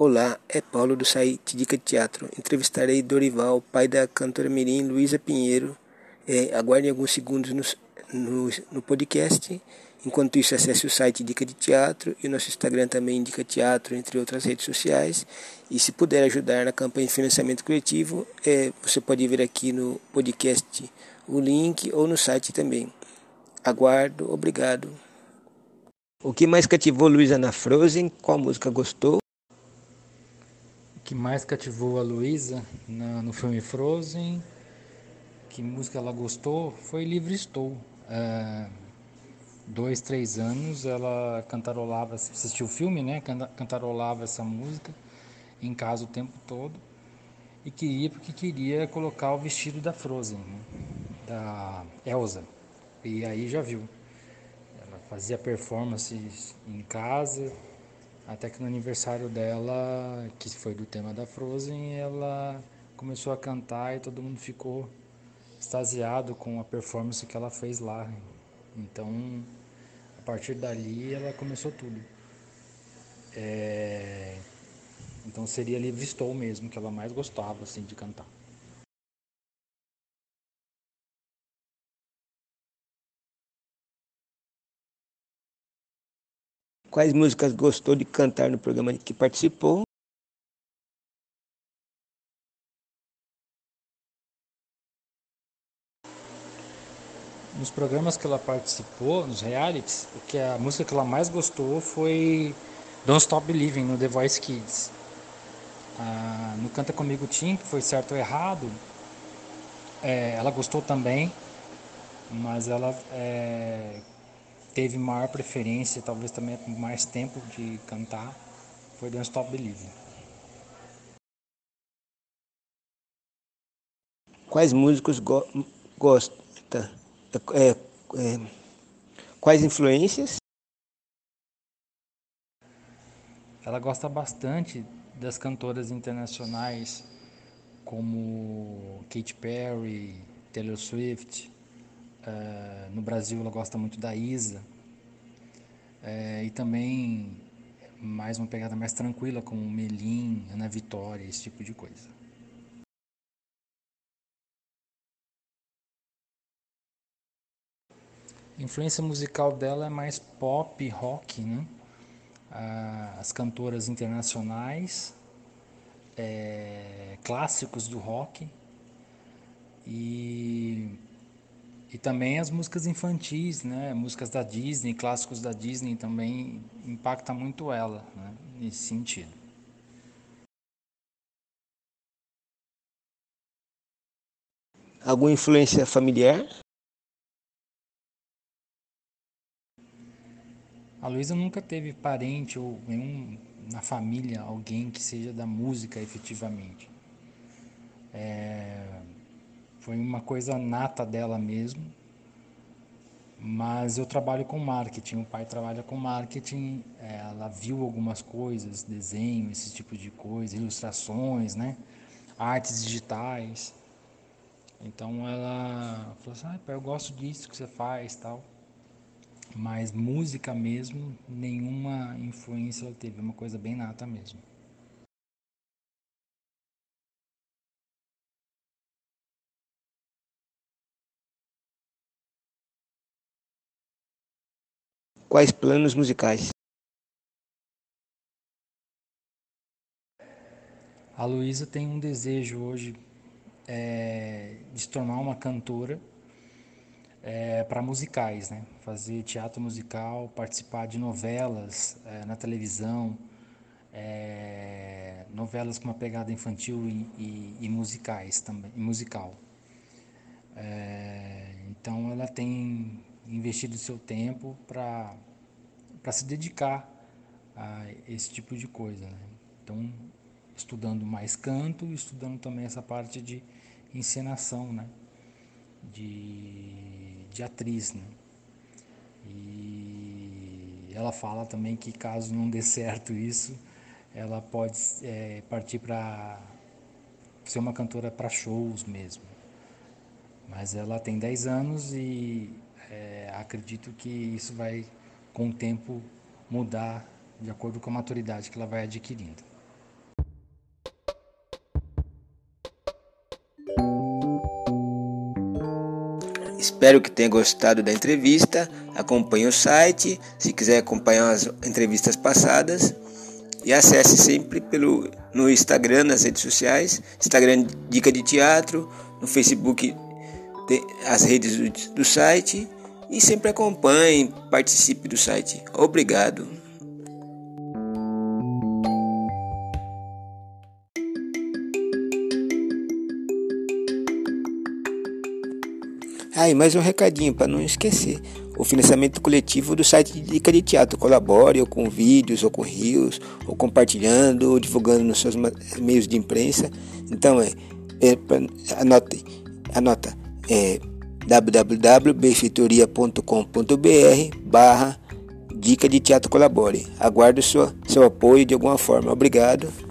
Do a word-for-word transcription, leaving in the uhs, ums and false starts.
Olá, é Paulo do site Dica de Teatro. Entrevistarei Dorival, pai da cantora mirim Luísa Pinheiro. É, aguardem alguns segundos no, no, no podcast. Enquanto isso, acesse o site Dica de Teatro e o nosso Instagram também, Dica Teatro, entre outras redes sociais. E se puder ajudar na campanha de financiamento coletivo, é, você pode ver aqui no podcast o link ou no site também. Aguardo, obrigado. O que mais cativou Luísa na Frozen? Qual música gostou? O que mais cativou a Luísa no filme Frozen, que música ela gostou, foi Livre Estou. É, dois, três anos ela cantarolava, assistiu o filme, né? Cantarolava essa música em casa o tempo todo e queria porque queria colocar o vestido da Frozen, né? Da Elsa. E aí já viu. Ela fazia performances em casa, até que no aniversário dela, que foi do tema da Frozen, ela começou a cantar e todo mundo ficou extasiado com a performance que ela fez lá. Então, a partir dali, ela começou tudo. É... Então, seria Livre Estou mesmo, que ela mais gostava assim, de cantar. Quais músicas gostou de cantar no programa que participou? Nos programas que ela participou, nos realities, o que a música que ela mais gostou foi Don't Stop Believing, no The Voice Kids. Ah, no Canta Comigo Tim, que foi certo ou errado, é, ela gostou também, mas ela é, teve maior preferência, talvez também com mais tempo de cantar, foi Don't Stop Believing. Quais músicos go gosta? É, é, quais influências? Ela gosta bastante das cantoras internacionais como Katy Perry, Taylor Swift. Uh, no Brasil ela gosta muito da Isa. Uh, e também mais uma pegada mais tranquila como Melim, Ana Vitória, esse tipo de coisa. A influência musical dela é mais pop, rock, né? Uh, as cantoras internacionais, é, clássicos do rock e E também as músicas infantis, né? Músicas da Disney, clássicos da Disney também impacta muito ela, né? Nesse sentido. Alguma influência familiar? A Luísa nunca teve parente ou nenhum na família, alguém que seja da música efetivamente. É, foi uma coisa nata dela mesmo. Mas eu trabalho com marketing, o pai trabalha com marketing, é, ela viu algumas coisas, desenho, esse tipo de coisa, ilustrações, né? Artes digitais. Então ela falou assim, ah, pai, eu gosto disso que você faz tal. Mas música mesmo, nenhuma influência ela teve, uma coisa bem nata mesmo. Quais planos musicais? A Luísa tem um desejo hoje é, de se tornar uma cantora é, para musicais, né? Fazer teatro musical, participar de novelas é, na televisão, é, novelas com uma pegada infantil e, e, e musicais também, e musical. É, então ela tem investido seu tempo para para se dedicar a esse tipo de coisa, né? Então estudando mais canto e estudando também essa parte de encenação, né? De, de atriz, né? E ela fala também que caso não dê certo isso, ela pode é, partir para ser uma cantora para shows mesmo. Mas ela tem dez anos e é, acredito que isso vai, com o tempo, mudar de acordo com a maturidade que ela vai adquirindo. Espero que tenha gostado da entrevista. Acompanhe o site, se quiser acompanhar as entrevistas passadas. E acesse sempre pelo, no Instagram, nas redes sociais. Instagram Dica de Teatro, no Facebook tem as redes do, do site. E sempre acompanhe, participe do site. Obrigado. Ah, e mais um recadinho para não esquecer. O financiamento coletivo do site de Dica de Teatro. Colabore ou com vídeos, ou com rios, ou compartilhando, ou divulgando nos seus meios de imprensa. Então é, é anote, anota, é w w w ponto benfeitoria ponto com ponto b r barra Dica de Teatro Colabore. Aguardo sua, seu apoio de alguma forma. Obrigado.